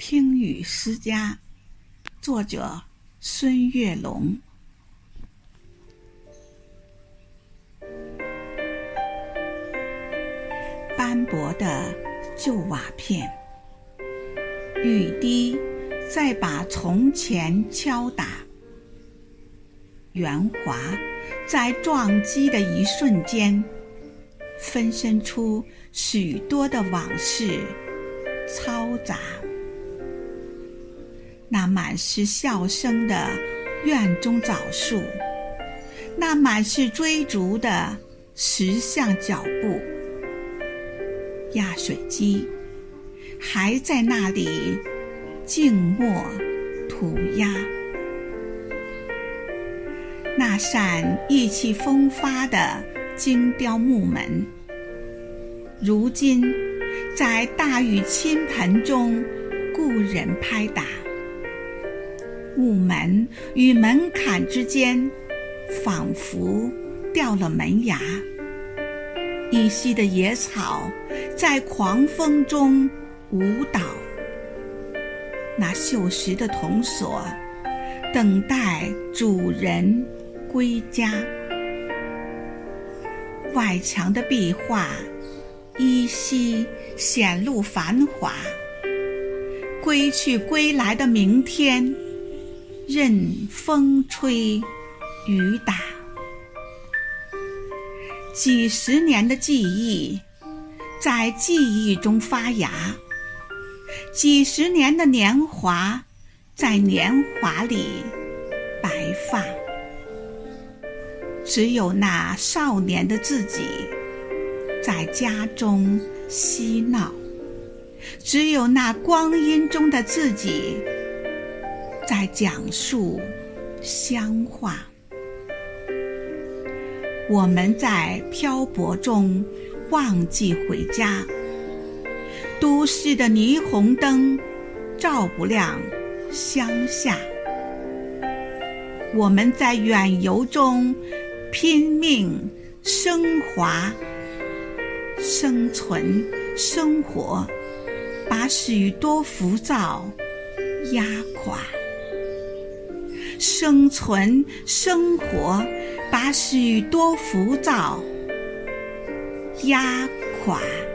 听雨诗家，作者孙月龙。斑驳的旧瓦片，雨滴在把从前敲打，圆滑在撞击的一瞬间，分身出许多的往事嘈杂。那满是笑声的院中枣树，那满是追逐的石像脚步，压水机还在那里静默涂鸦。那扇意气风发的精雕木门，如今在大雨倾盆中故人拍打。木门与门槛之间仿佛掉了门牙，依稀的野草在狂风中舞蹈。那锈蚀的铜锁等待主人归家，外墙的壁画依稀显露繁华。归去归来的明天，任风吹雨打。几十年的记忆在记忆中发芽，几十年的年华在年华里白发。只有那少年的自己在家中嬉闹，只有那光阴中的自己在讲述乡话。我们在漂泊中忘记回家，都市的霓虹灯照不亮乡下。我们在远游中拼命升华，生存生活把许多浮躁压垮，生存生活把许多浮躁压垮。